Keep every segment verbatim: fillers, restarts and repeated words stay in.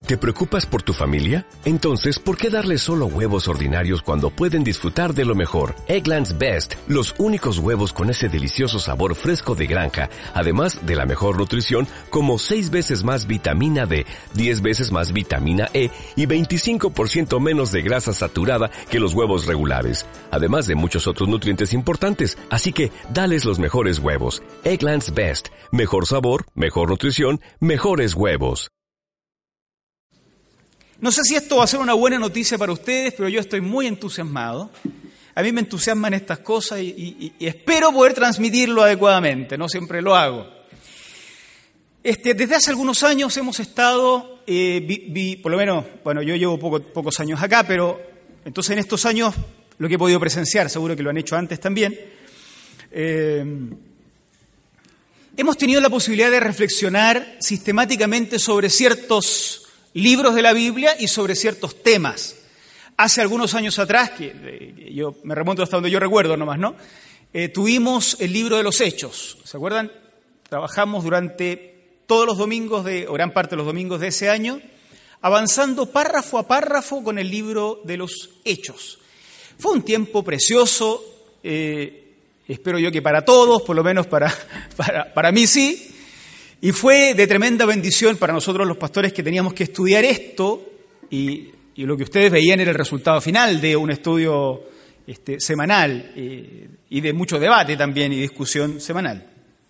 ¿Te preocupas por tu familia? Entonces, ¿por qué darles solo huevos ordinarios cuando pueden disfrutar de lo mejor? Eggland's Best, los únicos huevos con ese delicioso sabor fresco de granja, además de la mejor nutrición, como seis veces más vitamina D, diez veces más vitamina E y veinticinco por ciento menos de grasa saturada que los huevos regulares, además de muchos otros nutrientes importantes. Así que, dales los mejores huevos. Eggland's Best, mejor sabor, mejor nutrición, mejores huevos. No sé si esto va a ser una buena noticia para ustedes, pero yo estoy muy entusiasmado. A mí me entusiasman estas cosas y, y, y espero poder transmitirlo adecuadamente. No siempre lo hago. Este, desde hace algunos años hemos estado, eh, vi, vi, por lo menos, bueno, yo llevo poco, pocos años acá, pero entonces en estos años lo que he podido presenciar, seguro que lo han hecho antes también, eh, hemos tenido la posibilidad de reflexionar sistemáticamente sobre ciertos libros de la Biblia y sobre ciertos temas. Hace algunos años atrás, que eh, yo me remonto hasta donde yo recuerdo nomás, ¿no? Eh, tuvimos el libro de los Hechos, ¿se acuerdan? Trabajamos durante todos los domingos, de, o gran parte de los domingos de ese año, avanzando párrafo a párrafo con el libro de los Hechos. Fue un tiempo precioso, eh, espero yo que para todos, por lo menos para, para, para mí sí. Y fue de tremenda bendición para nosotros los pastores que teníamos que estudiar esto y, y lo que ustedes veían era el resultado final de un estudio este, semanal eh, y de mucho debate también y discusión semanal.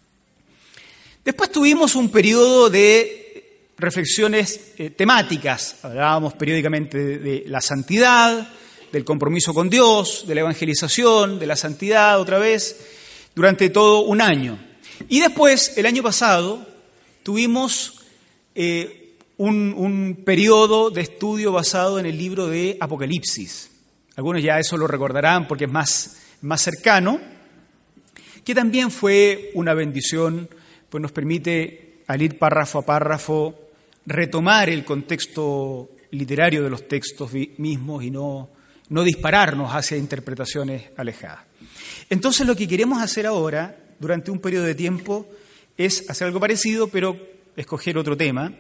Después tuvimos un periodo de reflexiones eh, temáticas. Hablábamos periódicamente de, de la santidad, del compromiso con Dios, de la evangelización, de la santidad otra vez, durante todo un año. Y después, el año pasado, tuvimos eh, un, un periodo de estudio basado en el libro de Apocalipsis. Algunos ya eso lo recordarán porque es más, más cercano, que también fue una bendición, pues nos permite, al ir párrafo a párrafo, retomar el contexto literario de los textos mismos y no, no dispararnos hacia interpretaciones alejadas. Entonces lo que queremos hacer ahora, durante un periodo de tiempo, es hacer algo parecido, pero escoger otro tema.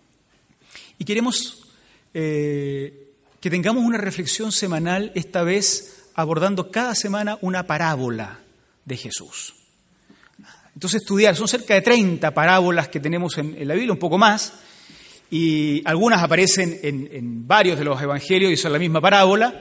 Y queremos eh, que tengamos una reflexión semanal, esta vez abordando cada semana una parábola de Jesús. Entonces estudiar, son cerca de treinta parábolas que tenemos en, en la Biblia, un poco más, y algunas aparecen en, en varios de los evangelios y son la misma parábola,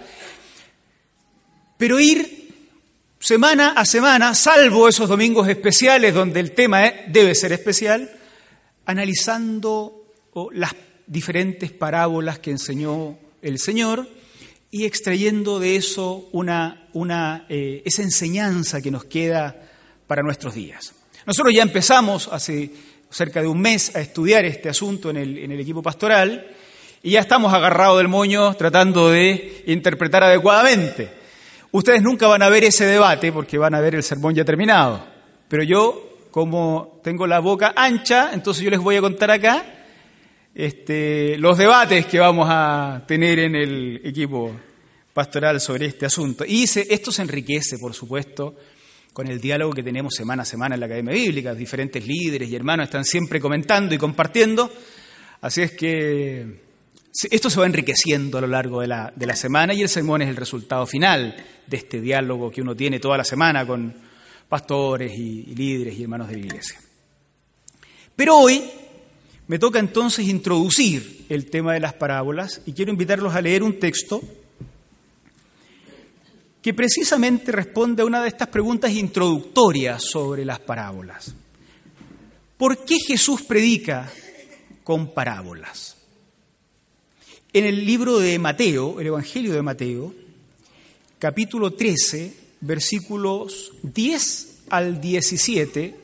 pero ir semana a semana, salvo esos domingos especiales donde el tema debe ser especial, analizando las diferentes parábolas que enseñó el Señor y extrayendo de eso una, una, eh, esa enseñanza que nos queda para nuestros días. Nosotros ya empezamos hace cerca de un mes a estudiar este asunto en el, en el equipo pastoral y ya estamos agarrados del moño tratando de interpretar adecuadamente. Ustedes nunca van a ver ese debate porque van a ver el sermón ya terminado. Pero yo, como tengo la boca ancha, entonces yo les voy a contar acá este, los debates que vamos a tener en el equipo pastoral sobre este asunto. Y se, esto se enriquece, por supuesto, con el diálogo que tenemos semana a semana en la Academia Bíblica. Diferentes líderes y hermanos están siempre comentando y compartiendo. Así es que esto se va enriqueciendo a lo largo de la, de la semana y el sermón es el resultado final de este diálogo que uno tiene toda la semana con pastores y, y líderes y hermanos de la iglesia. Pero hoy me toca entonces introducir el tema de las parábolas y quiero invitarlos a leer un texto que precisamente responde a una de estas preguntas introductorias sobre las parábolas. ¿Por qué Jesús predica con parábolas? En el libro de Mateo, el Evangelio de Mateo, capítulo trece, versículos diez al diecisiete,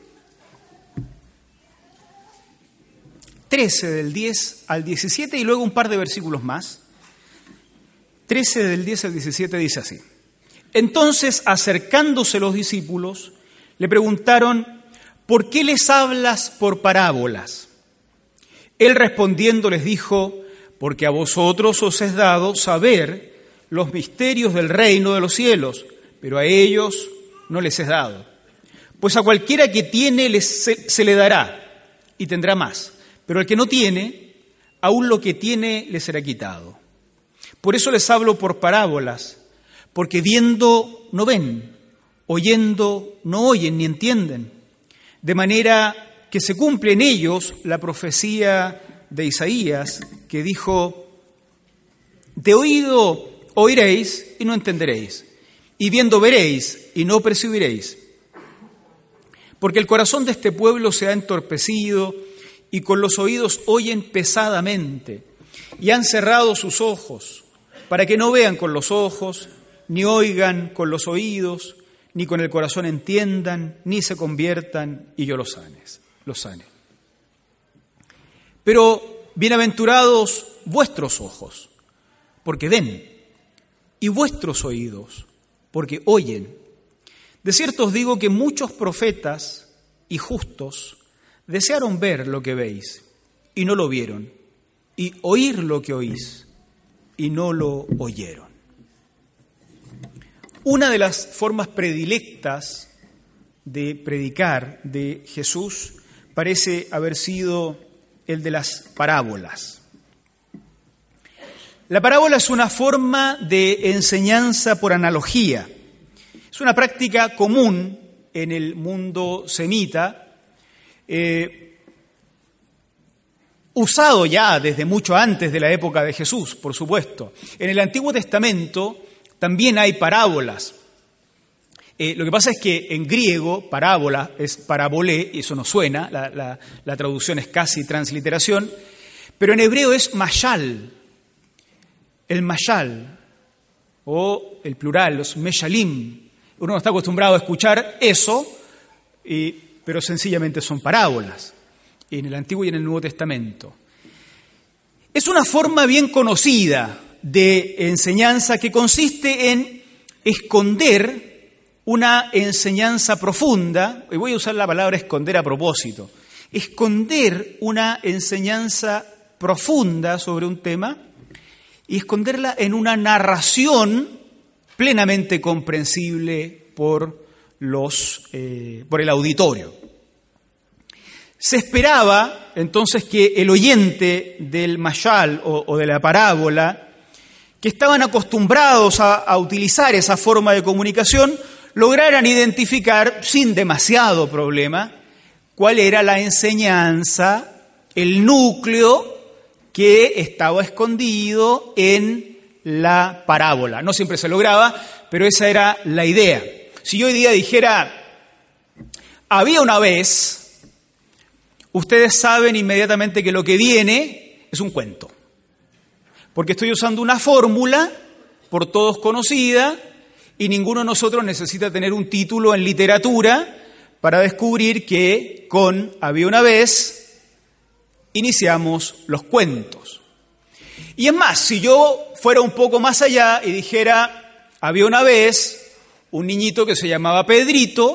trece del diez al diecisiete y luego un par de versículos más, trece del diez al diecisiete dice así. Entonces, acercándose los discípulos, le preguntaron, ¿por qué les hablas por parábolas? Él respondiendo les dijo, porque a vosotros os es dado saber los misterios del reino de los cielos, pero a ellos no les es dado. Pues a cualquiera que tiene les, se, se le dará y tendrá más, pero al que no tiene, aún lo que tiene le será quitado. Por eso les hablo por parábolas, porque viendo no ven, oyendo no oyen ni entienden, de manera que se cumple en ellos la profecía de Isaías, que dijo: de oído oiréis y no entenderéis, y viendo veréis y no percibiréis. Porque el corazón de este pueblo se ha entorpecido, y con los oídos oyen pesadamente, y han cerrado sus ojos, para que no vean con los ojos, ni oigan con los oídos, ni con el corazón entiendan, ni se conviertan, y yo los sane. Los sane. Pero bienaventurados vuestros ojos, porque ven, y vuestros oídos, porque oyen. De cierto os digo que muchos profetas y justos desearon ver lo que veis, y no lo vieron, y oír lo que oís, y no lo oyeron. Una de las formas predilectas de predicar de Jesús parece haber sido el de las parábolas. La parábola es una forma de enseñanza por analogía. Es una práctica común en el mundo semita, eh, usado ya desde mucho antes de la época de Jesús, por supuesto. En el Antiguo Testamento también hay parábolas. Eh, lo que pasa es que en griego, parábola es parabolé, y eso no suena, la, la, la traducción es casi transliteración, pero en hebreo es mashal, el mashal, o el plural, los meshalim. Uno no está acostumbrado a escuchar eso, y, pero sencillamente son parábolas, en el Antiguo y en el Nuevo Testamento. Es una forma bien conocida de enseñanza que consiste en esconder una enseñanza profunda, y voy a usar la palabra esconder a propósito, esconder una enseñanza profunda sobre un tema y esconderla en una narración plenamente comprensible por, los, eh, por el auditorio. Se esperaba entonces que el oyente del mashal o, o de la parábola, que estaban acostumbrados a, a utilizar esa forma de comunicación, lograran identificar sin demasiado problema cuál era la enseñanza, el núcleo que estaba escondido en la parábola. No siempre se lograba, pero esa era la idea. Si yo hoy día dijera, había una vez, ustedes saben inmediatamente que lo que viene es un cuento, porque estoy usando una fórmula por todos conocida, y ninguno de nosotros necesita tener un título en literatura para descubrir que con había una vez iniciamos los cuentos. Y es más, si yo fuera un poco más allá y dijera, había una vez un niñito que se llamaba Pedrito,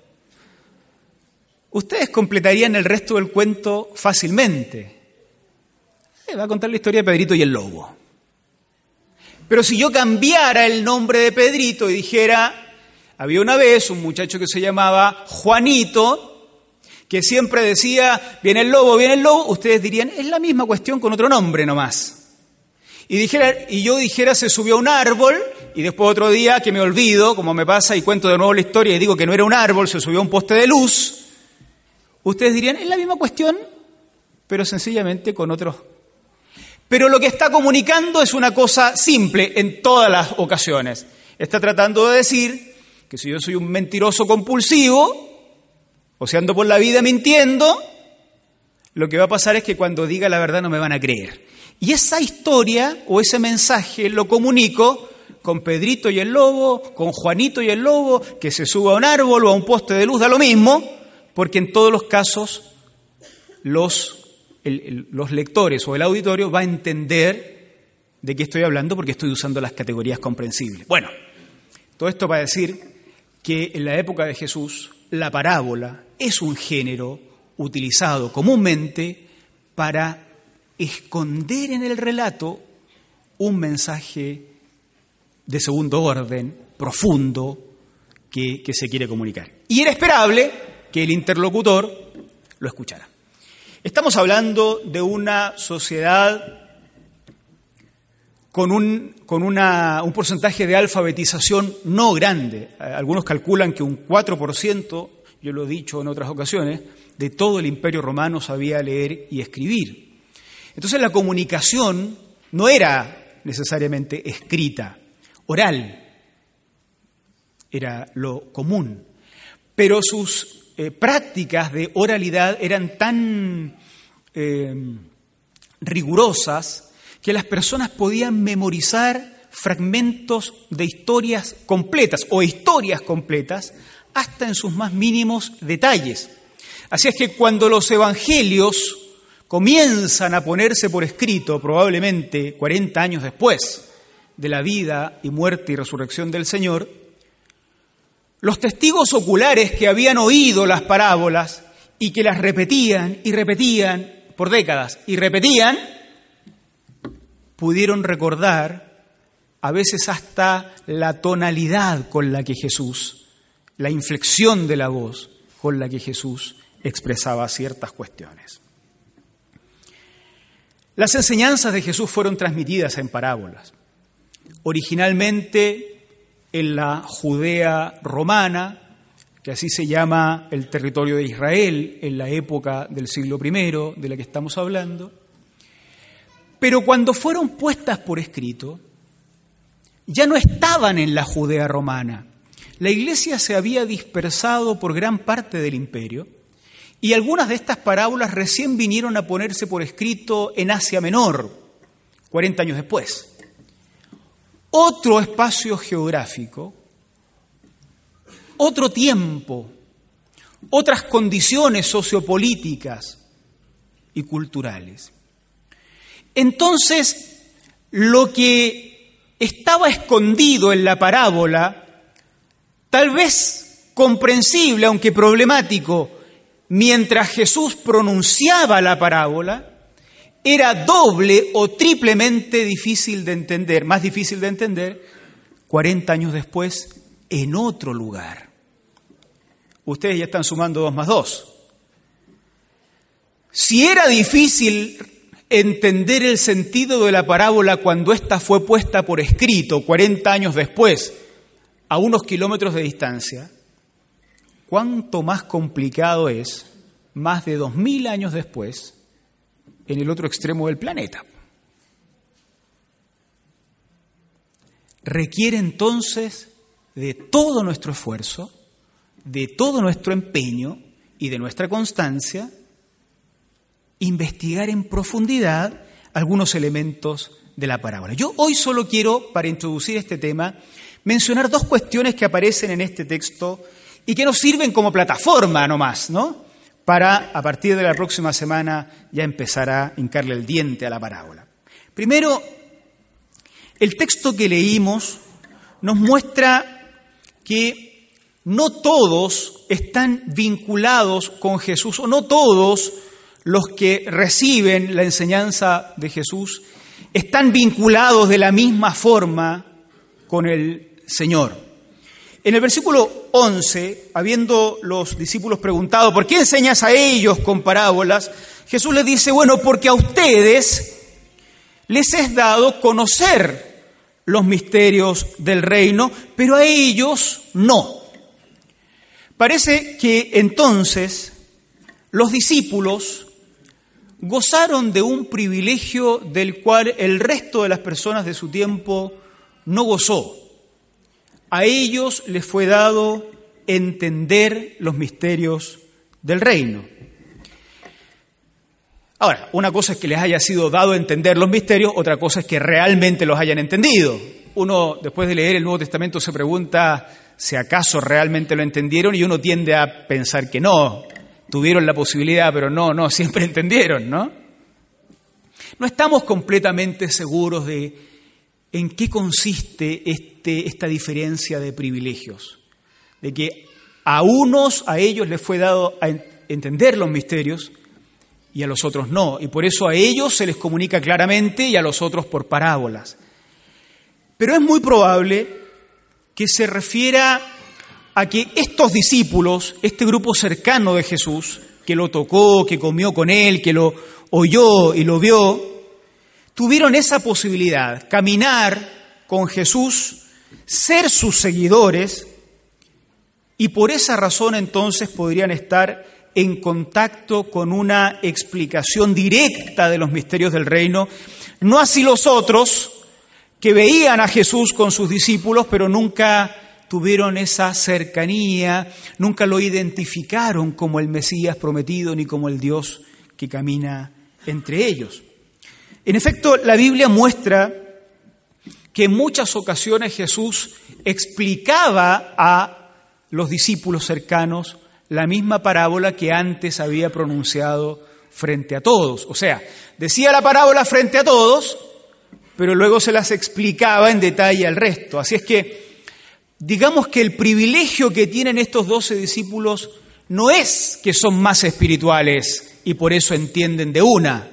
ustedes completarían el resto del cuento fácilmente. Eh, va a contar la historia de Pedrito y el lobo. Pero si yo cambiara el nombre de Pedrito y dijera, había una vez un muchacho que se llamaba Juanito, que siempre decía, viene el lobo, viene el lobo, ustedes dirían, es la misma cuestión con otro nombre nomás. Y, dijera, y yo dijera, se subió a un árbol, y después otro día que me olvido, como me pasa, y cuento de nuevo la historia y digo que no era un árbol, se subió a un poste de luz, ustedes dirían, es la misma cuestión, pero sencillamente con otros. Pero lo que está comunicando es una cosa simple en todas las ocasiones. Está tratando de decir que si yo soy un mentiroso compulsivo, o si ando por la vida mintiendo, lo que va a pasar es que cuando diga la verdad no me van a creer. Y esa historia o ese mensaje lo comunico con Pedrito y el lobo, con Juanito y el lobo, que se suba a un árbol o a un poste de luz, da lo mismo, porque en todos los casos los... El, el, los lectores o el auditorio va a entender de qué estoy hablando porque estoy usando las categorías comprensibles. Bueno, todo esto para decir que en la época de Jesús la parábola es un género utilizado comúnmente para esconder en el relato un mensaje de segundo orden, profundo, que, que se quiere comunicar. Y era esperable que el interlocutor lo escuchara. Estamos hablando de una sociedad con un, con una, un porcentaje de alfabetización no grande. Algunos calculan que un cuatro por ciento, yo lo he dicho en otras ocasiones, de todo el Imperio Romano sabía leer y escribir. Entonces la comunicación no era necesariamente escrita, oral, era lo común, pero sus eh, prácticas de oralidad eran tan eh, rigurosas que las personas podían memorizar fragmentos de historias completas o historias completas hasta en sus más mínimos detalles. Así es que cuando los evangelios comienzan a ponerse por escrito, probablemente cuarenta años después de la vida y muerte y resurrección del Señor, los testigos oculares que habían oído las parábolas y que las repetían y repetían por décadas y repetían, pudieron recordar a veces hasta la tonalidad con la que Jesús, la inflexión de la voz con la que Jesús expresaba ciertas cuestiones. Las enseñanzas de Jesús fueron transmitidas en parábolas. Originalmente en la Judea romana, que así se llama el territorio de Israel en la época del siglo primero de la que estamos hablando, pero cuando fueron puestas por escrito, ya no estaban en la Judea romana. La iglesia se había dispersado por gran parte del imperio y algunas de estas parábolas recién vinieron a ponerse por escrito en Asia Menor, cuarenta años después. Otro espacio geográfico, otro tiempo, otras condiciones sociopolíticas y culturales. Entonces, lo que estaba escondido en la parábola, tal vez comprensible, aunque problemático, mientras Jesús pronunciaba la parábola, era doble o triplemente difícil de entender, más difícil de entender, cuarenta años después, en otro lugar. Ustedes ya están sumando dos más dos. Si era difícil entender el sentido de la parábola cuando ésta fue puesta por escrito, cuarenta años después, a unos kilómetros de distancia, ¿cuánto más complicado es, más de dos mil años después, en el otro extremo del planeta? Requiere entonces de todo nuestro esfuerzo, de todo nuestro empeño y de nuestra constancia, investigar en profundidad algunos elementos de la parábola. Yo hoy solo quiero, para introducir este tema, mencionar dos cuestiones que aparecen en este texto y que nos sirven como plataforma nomás, ¿no?, para, a partir de la próxima semana, ya empezar a hincarle el diente a la parábola. Primero, el texto que leímos nos muestra que no todos están vinculados con Jesús, o no todos los que reciben la enseñanza de Jesús están vinculados de la misma forma con el Señor. En el versículo once, habiendo los discípulos preguntado, ¿por qué enseñas a ellos con parábolas?, Jesús les dice, bueno, porque a ustedes les es dado conocer los misterios del reino, pero a ellos no. Parece que entonces los discípulos gozaron de un privilegio del cual el resto de las personas de su tiempo no gozó. A ellos les fue dado entender los misterios del reino. Ahora, una cosa es que les haya sido dado entender los misterios, otra cosa es que realmente los hayan entendido. Uno, después de leer el Nuevo Testamento, se pregunta si acaso realmente lo entendieron y uno tiende a pensar que no. Tuvieron la posibilidad, pero no, no, siempre entendieron, ¿no? No estamos completamente seguros de en qué consiste este, esta diferencia de privilegios, de que a unos, a ellos les fue dado a entender los misterios y a los otros no, y por eso a ellos se les comunica claramente y a los otros por parábolas. Pero es muy probable que se refiera a que estos discípulos, este grupo cercano de Jesús, que lo tocó, que comió con él, que lo oyó y lo vio, tuvieron esa posibilidad, caminar con Jesús, ser sus seguidores, y por esa razón entonces podrían estar en contacto con una explicación directa de los misterios del reino, no así los otros que veían a Jesús con sus discípulos, pero nunca tuvieron esa cercanía, nunca lo identificaron como el Mesías prometido ni como el Dios que camina entre ellos. En efecto, la Biblia muestra que en muchas ocasiones Jesús explicaba a los discípulos cercanos la misma parábola que antes había pronunciado frente a todos. O sea, decía la parábola frente a todos, pero luego se las explicaba en detalle al resto. Así es que, digamos que el privilegio que tienen estos doce discípulos no es que son más espirituales y por eso entienden de una,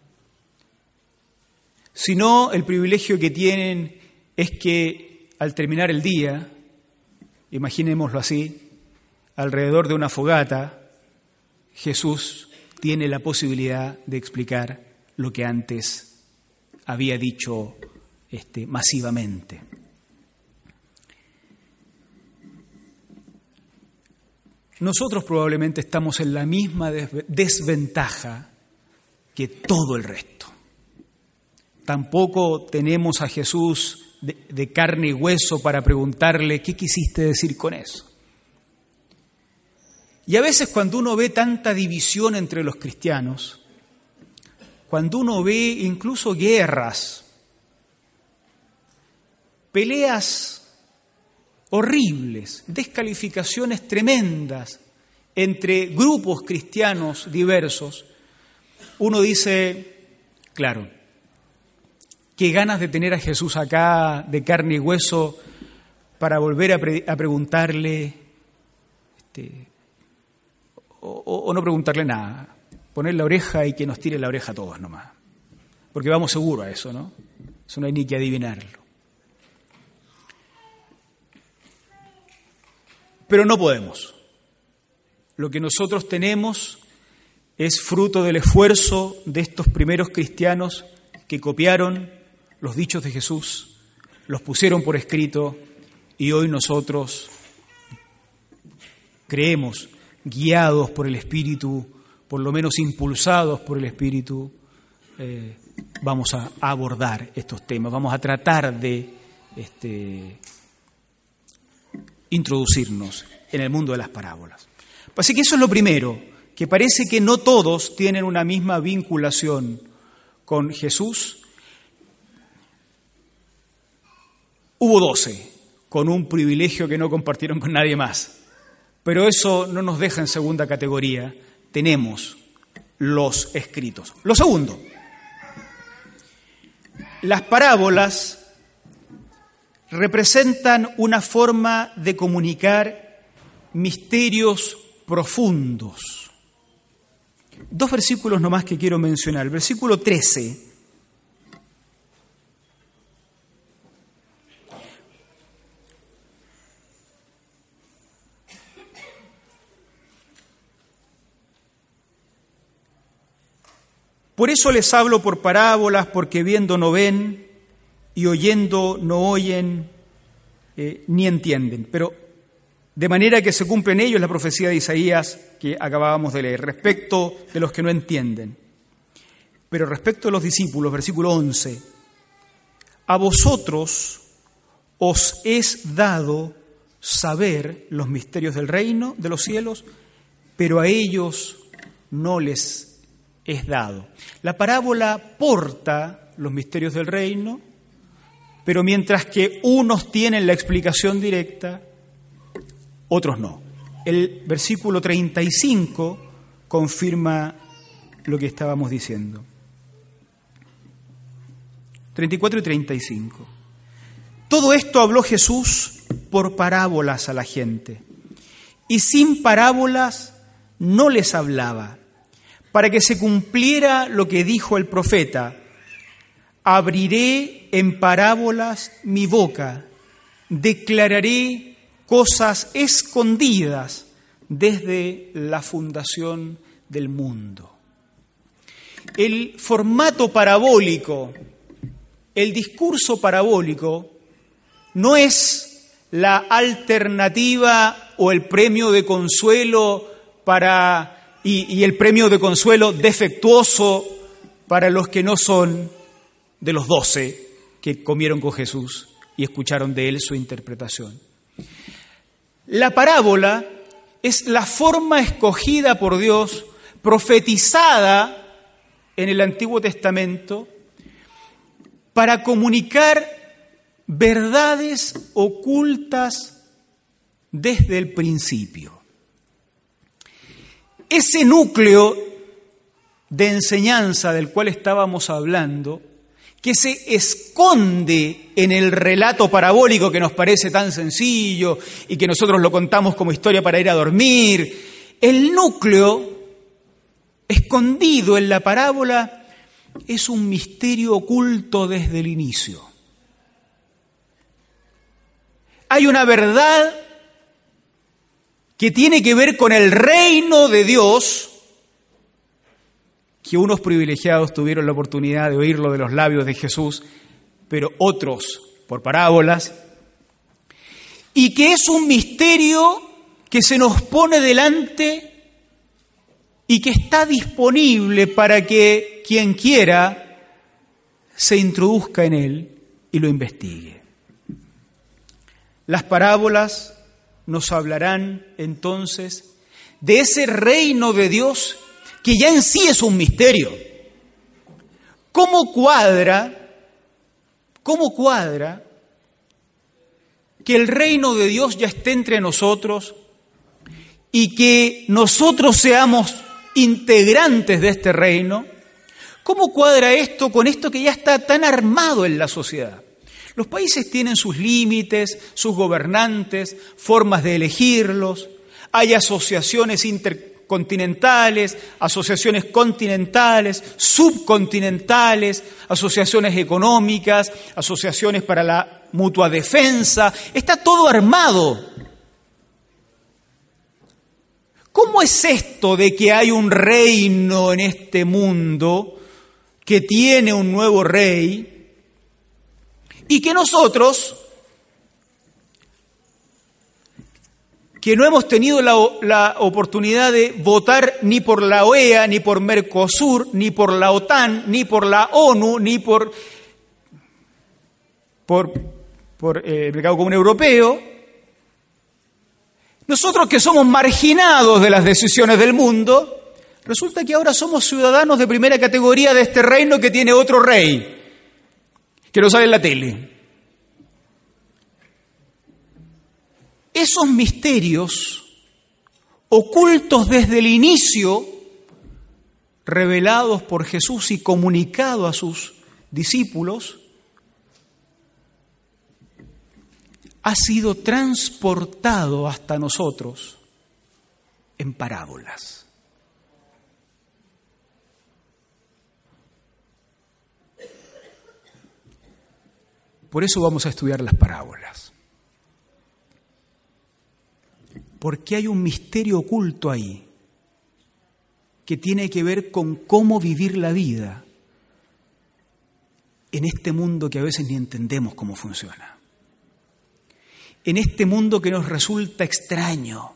sino el privilegio que tienen es que al terminar el día, imaginémoslo así, alrededor de una fogata, Jesús tiene la posibilidad de explicar lo que antes había dicho este, masivamente. Nosotros probablemente estamos en la misma desventaja que todo el resto. Tampoco tenemos a Jesús de, de carne y hueso para preguntarle ¿qué quisiste decir con eso? Y a veces cuando uno ve tanta división entre los cristianos, cuando uno ve incluso guerras, peleas horribles, descalificaciones tremendas entre grupos cristianos diversos, uno dice, claro, qué ganas de tener a Jesús acá de carne y hueso para volver a, pre- a preguntarle, este, o, o no preguntarle nada, poner la oreja y que nos tire la oreja a todos nomás, porque vamos seguro a eso, ¿no? Eso no hay ni que adivinarlo. Pero no podemos. Lo que nosotros tenemos es fruto del esfuerzo de estos primeros cristianos que copiaron los dichos de Jesús, los pusieron por escrito y hoy nosotros creemos, guiados por el Espíritu, por lo menos impulsados por el Espíritu, eh, vamos a abordar estos temas, vamos a tratar de este, introducirnos en el mundo de las parábolas. Así que eso es lo primero, que parece que no todos tienen una misma vinculación con Jesús. Hubo doce, con un privilegio que no compartieron con nadie más, pero eso no nos deja en segunda categoría. Tenemos los escritos. Lo segundo, las parábolas representan una forma de comunicar misterios profundos. Dos versículos nomás que quiero mencionar. El versículo trece. Por eso les hablo por parábolas, porque viendo no ven y oyendo no oyen eh, ni entienden. Pero de manera que se cumple en ellos la profecía de Isaías que acabábamos de leer, respecto de los que no entienden. Pero respecto a los discípulos, versículo once, a vosotros os es dado saber los misterios del reino de los cielos, pero a ellos no les es dado. La parábola porta los misterios del reino, pero mientras que unos tienen la explicación directa, otros no. El versículo treinta y cinco confirma lo que estábamos diciendo. treinta y cuatro y treinta y cinco. Todo esto habló Jesús por parábolas a la gente, y sin parábolas no les hablaba, para que se cumpliera lo que dijo el profeta: abriré en parábolas mi boca, declararé cosas escondidas desde la fundación del mundo. El formato parabólico, el discurso parabólico, no es la alternativa o el premio de consuelo para y, y el premio de consuelo defectuoso para los que no son de los doce que comieron con Jesús y escucharon de él su interpretación. La parábola es la forma escogida por Dios, profetizada en el Antiguo Testamento, para comunicar verdades ocultas desde el principio. Ese núcleo de enseñanza del cual estábamos hablando, que se esconde en el relato parabólico que nos parece tan sencillo y que nosotros lo contamos como historia para ir a dormir, el núcleo escondido en la parábola es un misterio oculto desde el inicio. Hay una verdad que tiene que ver con el reino de Dios, que unos privilegiados tuvieron la oportunidad de oírlo de los labios de Jesús, pero otros por parábolas, y que es un misterio que se nos pone delante y que está disponible para que quien quiera se introduzca en él y lo investigue. Las parábolas nos hablarán entonces de ese reino de Dios que ya en sí es un misterio. ¿Cómo cuadra, cómo cuadra que el reino de Dios ya esté entre nosotros y que nosotros seamos integrantes de este reino? ¿Cómo cuadra esto con esto que ya está tan armado en la sociedad? Los países tienen sus límites, sus gobernantes, formas de elegirlos. Hay asociaciones intercontinentales, asociaciones continentales, subcontinentales, asociaciones económicas, asociaciones para la mutua defensa. Está todo armado. ¿Cómo es esto de que hay un reino en este mundo que tiene un nuevo rey y que nosotros, que no hemos tenido la, la oportunidad de votar ni por la O E A, ni por Mercosur, ni por la OTAN, ni por la ONU, ni por, por, por eh, el Mercado Común Europeo, nosotros que somos marginados de las decisiones del mundo, resulta que ahora somos ciudadanos de primera categoría de este reino que tiene otro rey, que no sale en la tele. Esos misterios ocultos desde el inicio, revelados por Jesús y comunicados a sus discípulos, ha sido transportado hasta nosotros en parábolas. Por eso vamos a estudiar las parábolas. Porque hay un misterio oculto ahí que tiene que ver con cómo vivir la vida en este mundo que a veces ni entendemos cómo funciona. En este mundo que nos resulta extraño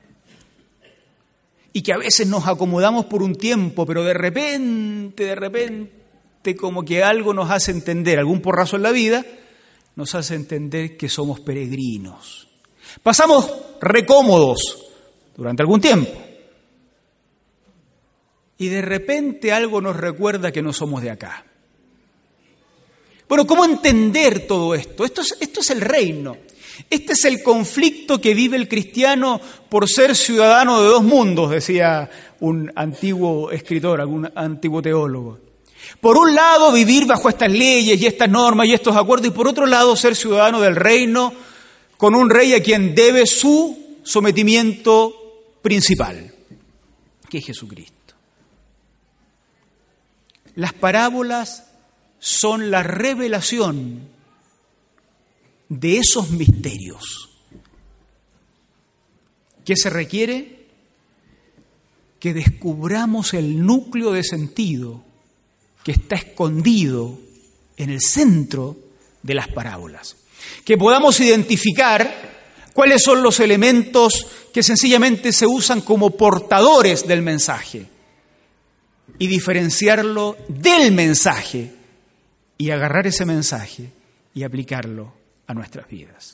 y que a veces nos acomodamos por un tiempo, pero de repente, de repente, como que algo nos hace entender, algún porrazo en la vida, nos hace entender que somos peregrinos. Pasamos recómodos durante algún tiempo y de repente algo nos recuerda que no somos de acá. Bueno, ¿cómo entender todo esto? Esto es, esto es el reino. Este es el conflicto que vive el cristiano por ser ciudadano de dos mundos, decía un antiguo escritor, algún antiguo teólogo. Por un lado, vivir bajo estas leyes y estas normas y estos acuerdos, y por otro lado, ser ciudadano del reino con un rey a quien debe su sometimiento principal, que es Jesucristo. Las parábolas son la revelación de esos misterios. ¿Qué se requiere? que descubramos el núcleo de sentido que está escondido en el centro de las parábolas. Que podamos identificar cuáles son los elementos que sencillamente se usan como portadores del mensaje y diferenciarlo del mensaje y agarrar ese mensaje y aplicarlo a nuestras vidas.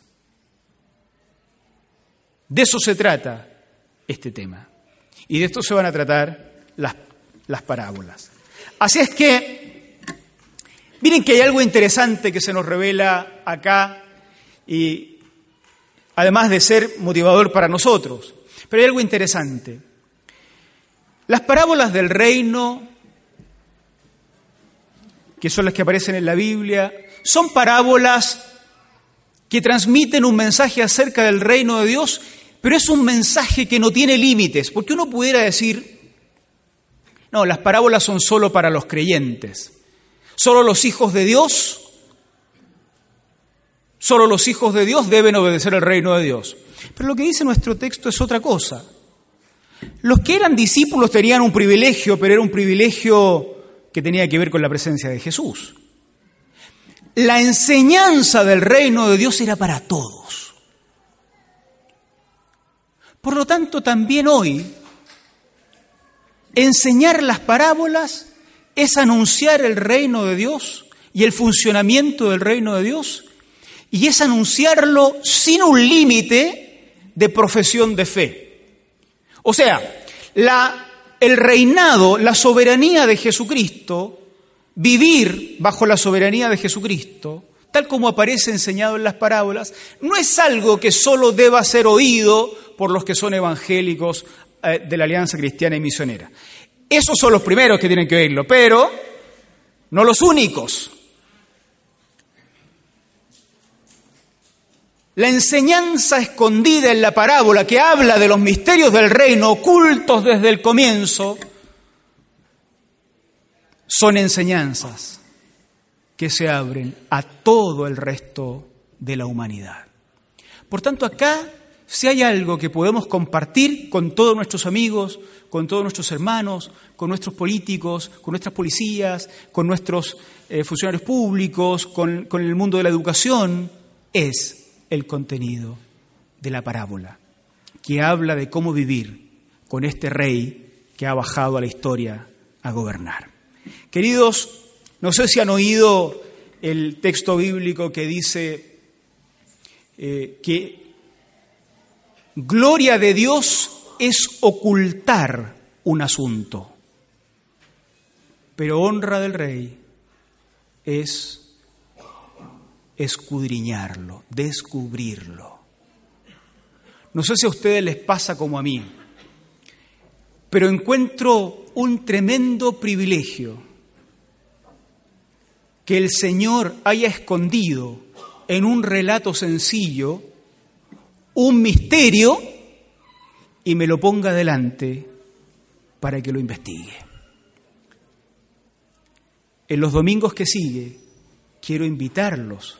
De eso se trata este tema. Y de esto se van a tratar las, las parábolas. Así es que, miren que hay algo interesante que se nos revela acá, y además de ser motivador para nosotros, pero hay algo interesante. Las parábolas del reino, que son las que aparecen en la Biblia, son parábolas que transmiten un mensaje acerca del reino de Dios, pero es un mensaje que no tiene límites, porque uno pudiera decir, no, las parábolas son solo para los creyentes, solo los hijos de Dios, solo los hijos de Dios deben obedecer al reino de Dios. Pero lo que dice nuestro texto es otra cosa. Los que eran discípulos tenían un privilegio, pero era un privilegio que tenía que ver con la presencia de Jesús. La enseñanza del reino de Dios era para todos. Por lo tanto, también hoy, enseñar las parábolas es anunciar el reino de Dios y el funcionamiento del reino de Dios, y es anunciarlo sin un límite de profesión de fe. O sea, la, el reinado, la soberanía de Jesucristo, vivir bajo la soberanía de Jesucristo, tal como aparece enseñado en las parábolas, no es algo que solo deba ser oído por los que son evangélicos eh, de la Alianza Cristiana y Misionera. Esos son los primeros que tienen que oírlo, pero no los únicos. La enseñanza escondida en la parábola que habla de los misterios del reino ocultos desde el comienzo son enseñanzas que se abren a todo el resto de la humanidad. Por tanto, acá, si hay algo que podemos compartir con todos nuestros amigos, con todos nuestros hermanos, con nuestros políticos, con nuestras policías, con nuestros eh, funcionarios públicos, con, con el mundo de la educación, es el contenido de la parábola, que habla de cómo vivir con este rey que ha bajado a la historia a gobernar. Queridos, no sé si han oído el texto bíblico que dice eh, que gloria de Dios es ocultar un asunto, pero honra del rey es escudriñarlo, descubrirlo. No sé si a ustedes les pasa como a mí, pero encuentro un tremendo privilegio que el Señor haya escondido en un relato sencillo un misterio y me lo ponga delante para que lo investigue. En los domingos que sigue, quiero invitarlos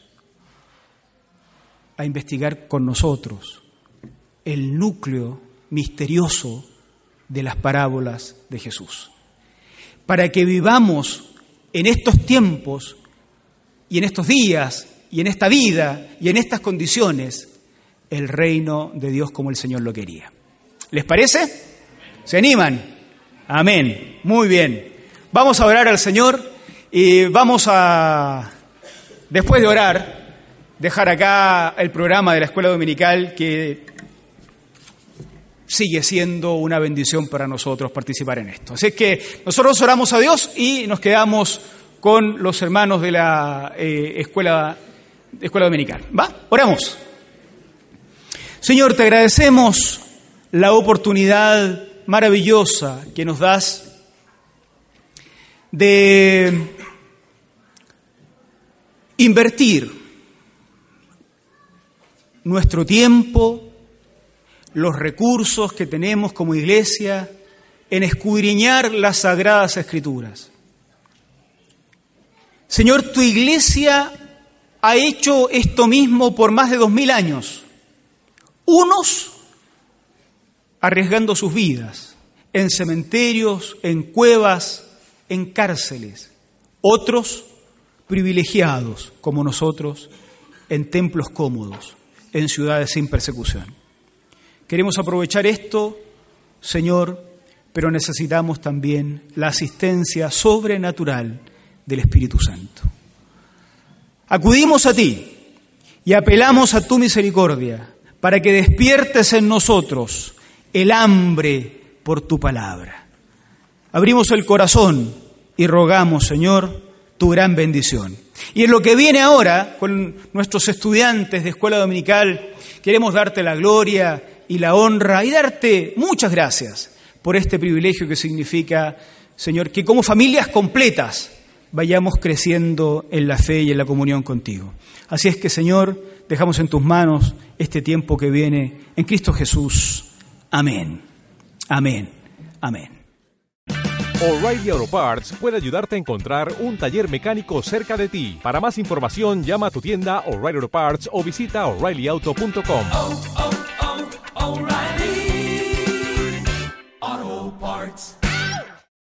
a investigar con nosotros el núcleo misterioso de las parábolas de Jesús, para que vivamos en estos tiempos y en estos días y en esta vida y en estas condiciones el reino de Dios como el Señor lo quería. ¿Les parece? ¿Se animan? Amén. Muy bien. Vamos a orar al Señor y vamos a, después de orar, dejar acá el programa de la Escuela Dominical, que sigue siendo una bendición para nosotros participar en esto. Así que nosotros oramos a Dios y nos quedamos con los hermanos de la eh, escuela, escuela Dominical. ¿Va? Oramos. Señor, te agradecemos la oportunidad maravillosa que nos das de invertir nuestro tiempo, los recursos que tenemos como iglesia en escudriñar las Sagradas Escrituras. Señor, tu iglesia ha hecho esto mismo por más de dos mil años. Unos arriesgando sus vidas, en cementerios, en cuevas, en cárceles. Otros privilegiados, como nosotros, en templos cómodos, en ciudades sin persecución. Queremos aprovechar esto, Señor, pero necesitamos también la asistencia sobrenatural del Espíritu Santo. Acudimos a ti y apelamos a tu misericordia para que despiertes en nosotros el hambre por tu palabra. Abrimos el corazón y rogamos, Señor, tu gran bendición. Y en lo que viene ahora, con nuestros estudiantes de escuela dominical, queremos darte la gloria y la honra y darte muchas gracias por este privilegio que significa, Señor, que como familias completas vayamos creciendo en la fe y en la comunión contigo. Así es que, Señor, dejamos en tus manos este tiempo que viene en Cristo Jesús. Amén. Amén. Amén. O'Reilly Auto Parts puede ayudarte a encontrar un taller mecánico cerca de ti. Para más información, llama a tu tienda O'Reilly Auto Parts o visita O'Reilly Auto punto com. Oh, oh, oh, O'Reilly Auto Parts.